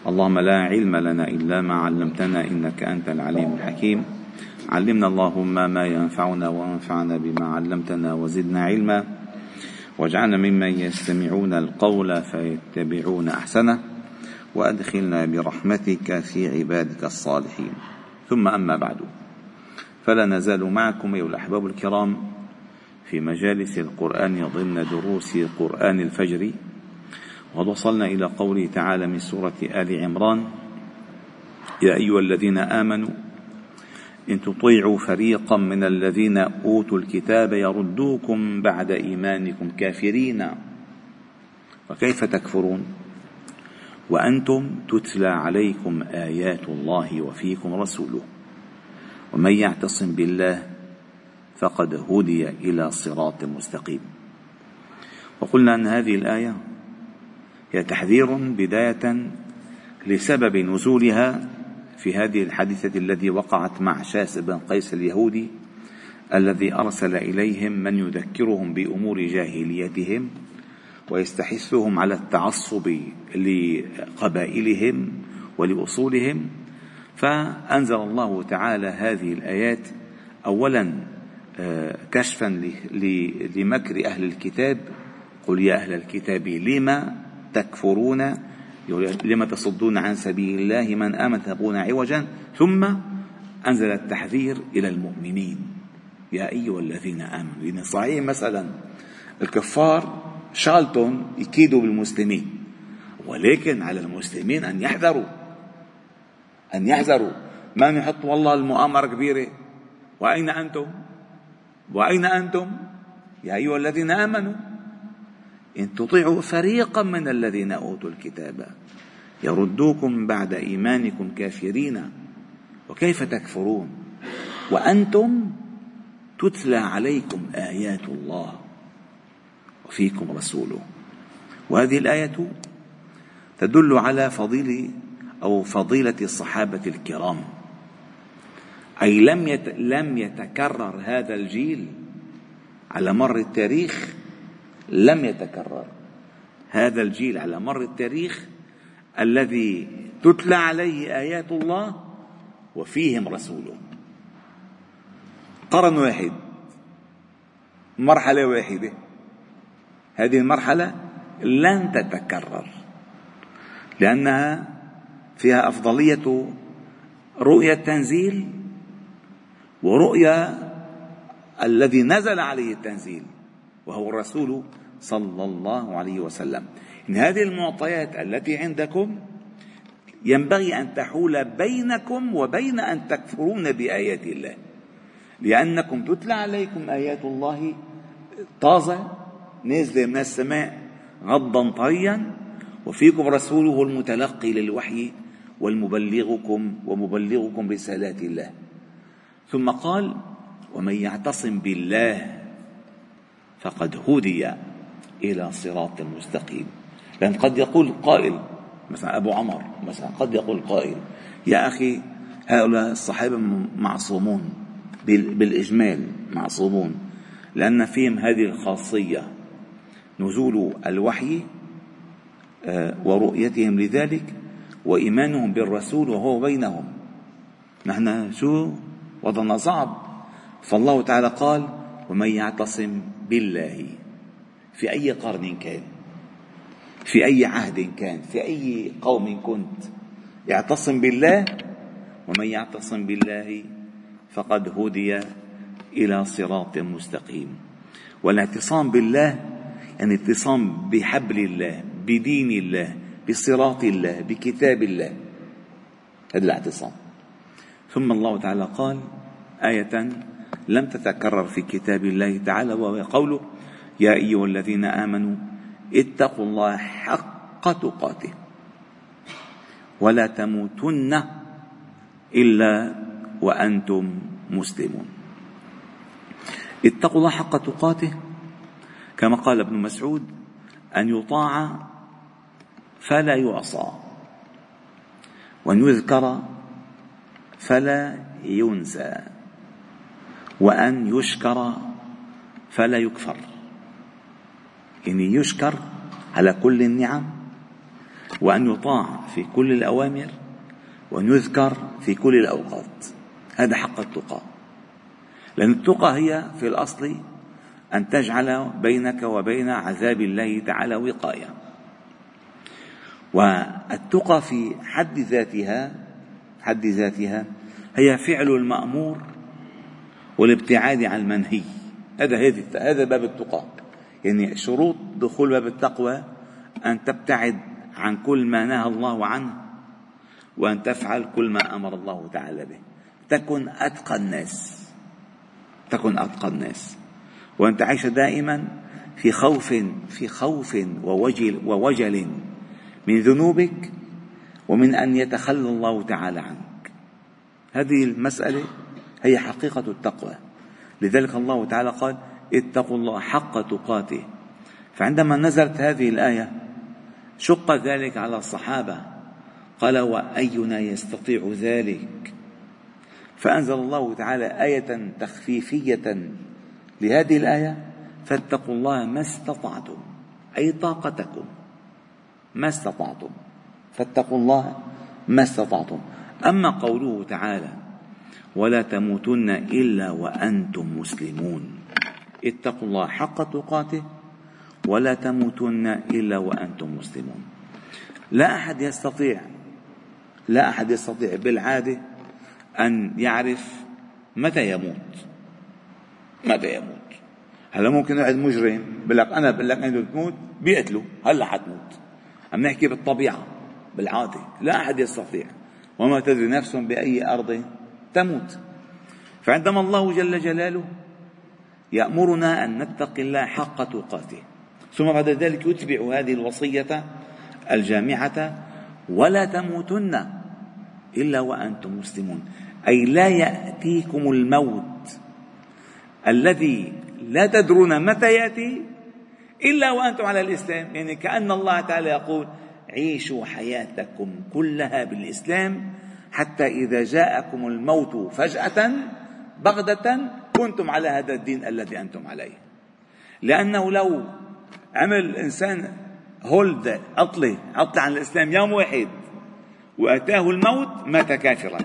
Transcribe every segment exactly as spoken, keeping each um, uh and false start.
اللهم لا علم لنا إلا ما علمتنا إنك أنت العليم الحكيم. علمنا اللهم ما ينفعنا وانفعنا بما علمتنا وزدنا علما، واجعلنا ممن يستمعون القول فيتبعون أحسنه، وأدخلنا برحمتك في عبادك الصالحين. ثم أما بعد، فلا نزال معكم أيها الأحباب الكرام في مجالس القرآن ضمن دروس قرآن الفجر، وقد وصلنا إلى قوله تعالى من سورة آل عمران: يا أيها الذين آمنوا إن تطيعوا فريقا من الذين أوتوا الكتاب يردوكم بعد إيمانكم كافرين وكيف تكفرون وأنتم تتلى عليكم آيات الله وفيكم رسوله ومن يعتصم بالله فقد هدي إلى صراط مستقيم. وقلنا أن هذه الآية هي تحذير بداية لسبب نزولها في هذه الحادثة التي وقعت مع شاس بن قيس اليهودي، الذي أرسل إليهم من يذكرهم بأمور جاهليتهم ويستحثهم على التعصب لقبائلهم ولأصولهم. فأنزل الله تعالى هذه الآيات أولا كشفا لمكر أهل الكتاب: قل يا أهل الكتاب لما تكفرون، لما تصدون عن سبيل الله من آمن تبغون عوجا. ثم أنزل التحذير إلى المؤمنين: يا أيها الذين آمنوا. لأن صحيح مثلا الكفار شالتهم يكيدوا بالمسلمين، ولكن على المسلمين أن يحذروا أن يحذروا ما يحطوا والله المؤامرة كبيرة. وأين أنتم وأين أنتم يا أيها الذين آمنوا إن تطيعوا فريقا من الذين أوتوا الكتاب يردوكم بعد إيمانكم كافرين وكيف تكفرون وأنتم تتلى عليكم آيات الله وفيكم رسوله. وهذه الآية تدل على فضيلة أو فضيلة الصحابة الكرام، أي لم لم يتكرر هذا الجيل على مر التاريخ لم يتكرر هذا الجيل على مر التاريخ الذي تتلى عليه آيات الله وفيهم رسوله. قرن واحد، مرحلة واحدة. هذه المرحلة لن تتكرر لأنها فيها أفضلية رؤية التنزيل ورؤية الذي نزل عليه التنزيل وهو الرسول صلى الله عليه وسلم. إن هذه المعطيات التي عندكم ينبغي أن تحول بينكم وبين أن تكفرون بآيات الله، لأنكم تتلى عليكم آيات الله طازة نازلة من السماء غضا طريا، وفيكم رسوله المتلقي للوحي والمبلغكم ومبلغكم رسالات الله. ثم قال: ومن يعتصم بالله فقد هدي إلى صراط مستقيم. لأن قد يقول قائل مثلا أبو عمر مثلا قد يقول قائل: يا أخي هؤلاء الصحابة معصومون، بالإجمال معصومون، لأن فيهم هذه الخاصية نزول الوحي ورؤيتهم لذلك وإيمانهم بالرسول وهو بينهم. نحن شو وضعنا صعب. فالله تعالى قال: ومن يعتصم بالله، في أي قرن كان، في أي عهد كان، في أي قوم كنت، يعتصم بالله. ومن يعتصم بالله فقد هدي إلى صراط مستقيم. والاعتصام بالله يعني اتصام بحبل الله، بدين الله، بصراط الله، بكتاب الله. هذا الاعتصام. ثم الله تعالى قال آية لم تتكرر في كتاب الله تعالى، وهو قوله: يا أيها الذين آمنوا اتقوا الله حق تقاته ولا تموتن إلا وأنتم مسلمون. اتقوا الله حق تقاته كما قال ابن مسعود: أن يطاع فلا يعصى، وأن يذكر فلا ينسى، وأن يشكر فلا يكفر. يعني يشكر على كل النعم، وأن يطاع في كل الأوامر وأن يذكر في كل الأوقات. هذا حق التقى، لأن التقى هي في الأصل أن تجعل بينك وبين عذاب الله تعالى وقاية. والتقى في حد ذاتها حد ذاتها هي فعل المأمور والابتعاد عن المنهي. هذا هذا باب التقى. يعني شروط دخول باب التقوى أن تبتعد عن كل ما نهى الله عنه، وأن تفعل كل ما أمر الله تعالى به. تكن أتقى الناس تكن أتقى الناس وأن تعيش دائما في خوف في خوف ووجل, ووجل من ذنوبك ومن أن يتخلى الله تعالى عنك. هذه المسألة هي حقيقة التقوى. لذلك الله تعالى قال: اتقوا الله حق تقاته. فعندما نزلت هذه الآية شق ذلك على الصحابة، قال: وأينا يستطيع ذلك؟ فأنزل الله تعالى آية تخفيفية لهذه الآية: فاتقوا الله ما استطعتم، أي طاقتكم ما استطعتم، فاتقوا الله ما استطعتم. أما قوله تعالى: ولا تموتن إلا وأنتم مسلمون، اتقوا الله حق تقاته ولا تموتن إلا وأنتم مسلمون. لا أحد يستطيع لا أحد يستطيع بالعادة أن يعرف متى يموت متى يموت هلا ممكن واحد مجرم بقول لك أنا بقول لك أنت تموت، بيقتله هلا حتموت. عم نحكي بالطبيعة بالعادة، لا أحد يستطيع. وما تدري نفس بأي أرض تموت. فعندما الله جل جلاله يأمرنا أن نتقي الله حق تقاته، ثم بعد ذلك يتبع هذه الوصية الجامعة: ولا تموتن إلا وأنتم مسلمون، أي لا يأتيكم الموت الذي لا تدرون متى يأتي إلا وأنتم على الإسلام. يعني كأن الله تعالى يقول: عيشوا حياتكم كلها بالإسلام حتى إذا جاءكم الموت فجأة بغتة كنتم على هذا الدين الذي أنتم عليه. لأنه لو عمل الإنسان هولد عطلة عطلة عن الإسلام يوم واحد وأتاه الموت مات كافرا.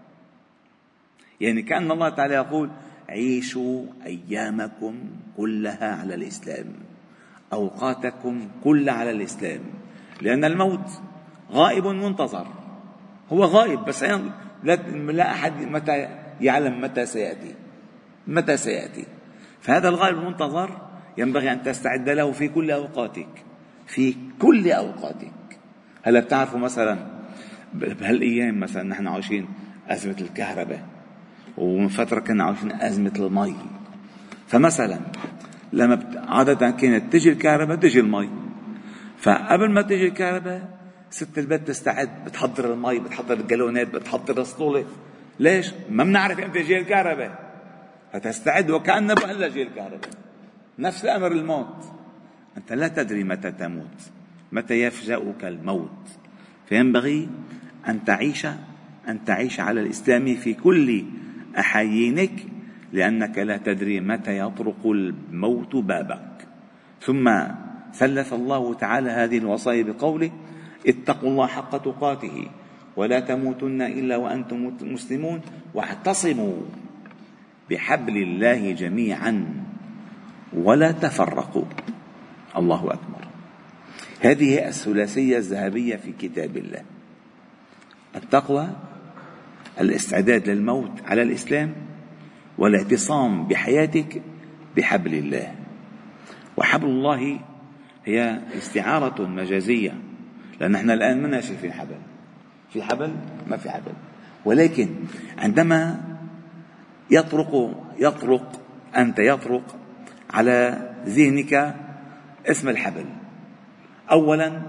يعني كأن الله تعالى يقول: عيشوا أيامكم كلها على الإسلام، أوقاتكم كلها على الإسلام، لأن الموت غائب منتظر. هو غائب بس لا أحد متى يعلم متى سيأتي متى سيأتي فهذا الغائب المنتظر ينبغي أن تستعد له في كل أوقاتك في كل أوقاتك. هلا بتعرفوا مثلا بهالأيام مثلا نحن عايشين أزمة الكهرباء، ومن فترة كنا عايشين أزمة المي. فمثلا لما عادة كانت تجي الكهرباء تجي المي، فقبل ما تجي الكهرباء ست البيت تستعد، بتحضر المي، بتحضر الجالونات، بتحضر السطولة. ليش؟ ما بنعرف امتى جاي الكهرباء، فتستعد وكأنه بهلا جاي الكهرباء. نفس الأمر الموت، أنت لا تدري متى تموت، متى يفجأك الموت. فينبغي أن تعيش أن تعيش على الإسلام في كل أحايينك، لأنك لا تدري متى يطرق الموت بابك. ثم ثلث الله تعالى هذه الوصايا بقوله: اتقوا الله حق تقاته ولا تموتن إلا وأنتم مسلمون واعتصموا بحبل الله جميعا ولا تفرقوا. الله أكبر. هذه الثلاثية الذهبية في كتاب الله: التقوى، الاستعداد للموت على الإسلام، والاعتصام بحياتك بحبل الله. وحبل الله هي استعارة مجازية، لأن نحن الآن ما شايفين حبل. في حبل؟ ما في حبل. ولكن عندما يطرق يطرق أنت يطرق على ذهنك اسم الحبل، أولا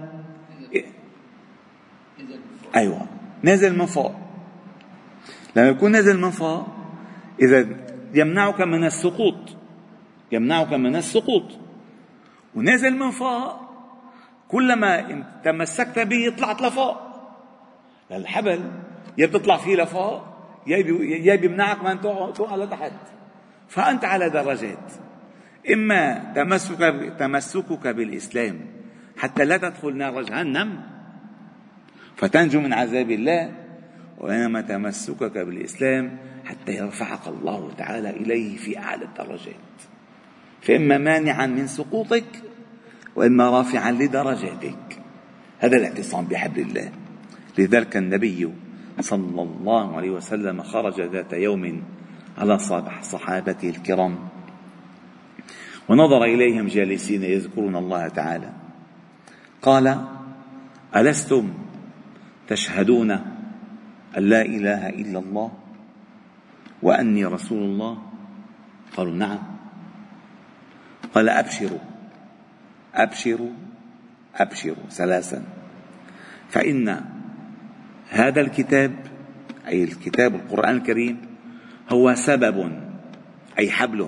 أيوة نازل من فوق. لما يكون نازل من فوق إذا يمنعك من السقوط يمنعك من السقوط ونازل من فوق كلما تمسكت به طلعت لفوق. الحبل يا بتطلع فيه لفوق يا بيمنعك من توقع لتحت. فأنت على درجات: إما تمسك تمسكك بالإسلام حتى لا تدخل نار جهنم، فتنجو من عذاب الله، وإنما تمسكك بالإسلام حتى يرفعك الله تعالى إليه في أعلى الدرجات، فإما مانعا من سقوطك وإما رافعا لدرجاتك. هذا الاعتصام بحبل الله. لذلك النبي صلى الله عليه وسلم خرج ذات يوم على صحابته الكرام ونظر إليهم جالسين يذكرون الله تعالى، قال: ألستم تشهدون أن لا إله إلا الله وأني رسول الله؟ قالوا: نعم. قال: أبشروا أبشروا أبشروا ثلاثا، فإن هذا الكتاب، أي الكتاب القرآن الكريم، هو سبب، أي حبل،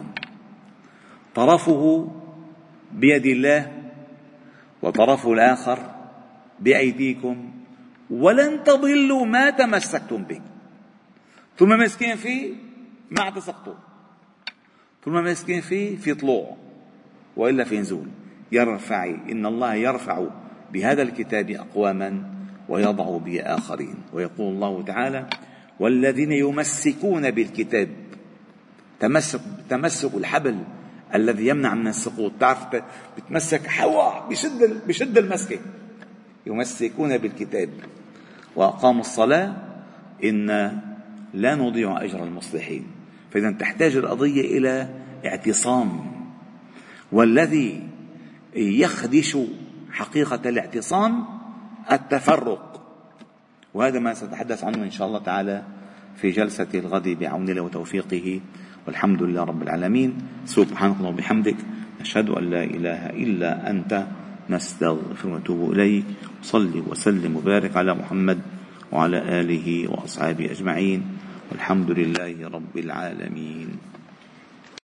طرفه بيد الله وطرفه الآخر بأيديكم، ولن تضلوا ما تمسكتم به. ثم مسكين فيه ما اعتصقتم، ثم مسكين فيه في طلوع وإلا في نزول. يرفع إن الله يرفع بهذا الكتاب أقواما ويضع به آخرين. ويقول الله تعالى: والذين يمسكون بالكتاب، تمسك تمسك الحبل الذي يمنع من السقوط. تعرف بتمسك حوا بشد بشد المسكة. يمسكون بالكتاب وأقاموا الصلاة إن لا نضيع أجر المصلحين. فإذا تحتاج القضية إلى اعتصام، والذي يخدش حقيقة الاعتصام التفرق، وهذا ما سأتحدث عنه إن شاء الله تعالى في جلسة الغد بعون الله وتوفيقه. والحمد لله رب العالمين. سبحانك اللهم وبحمدك، نشهد أن لا إله إلا أنت، نستغفر ونتوب إليك. صلي وسلم وبارك على محمد وعلى آله وأصحابه أجمعين، والحمد لله رب العالمين.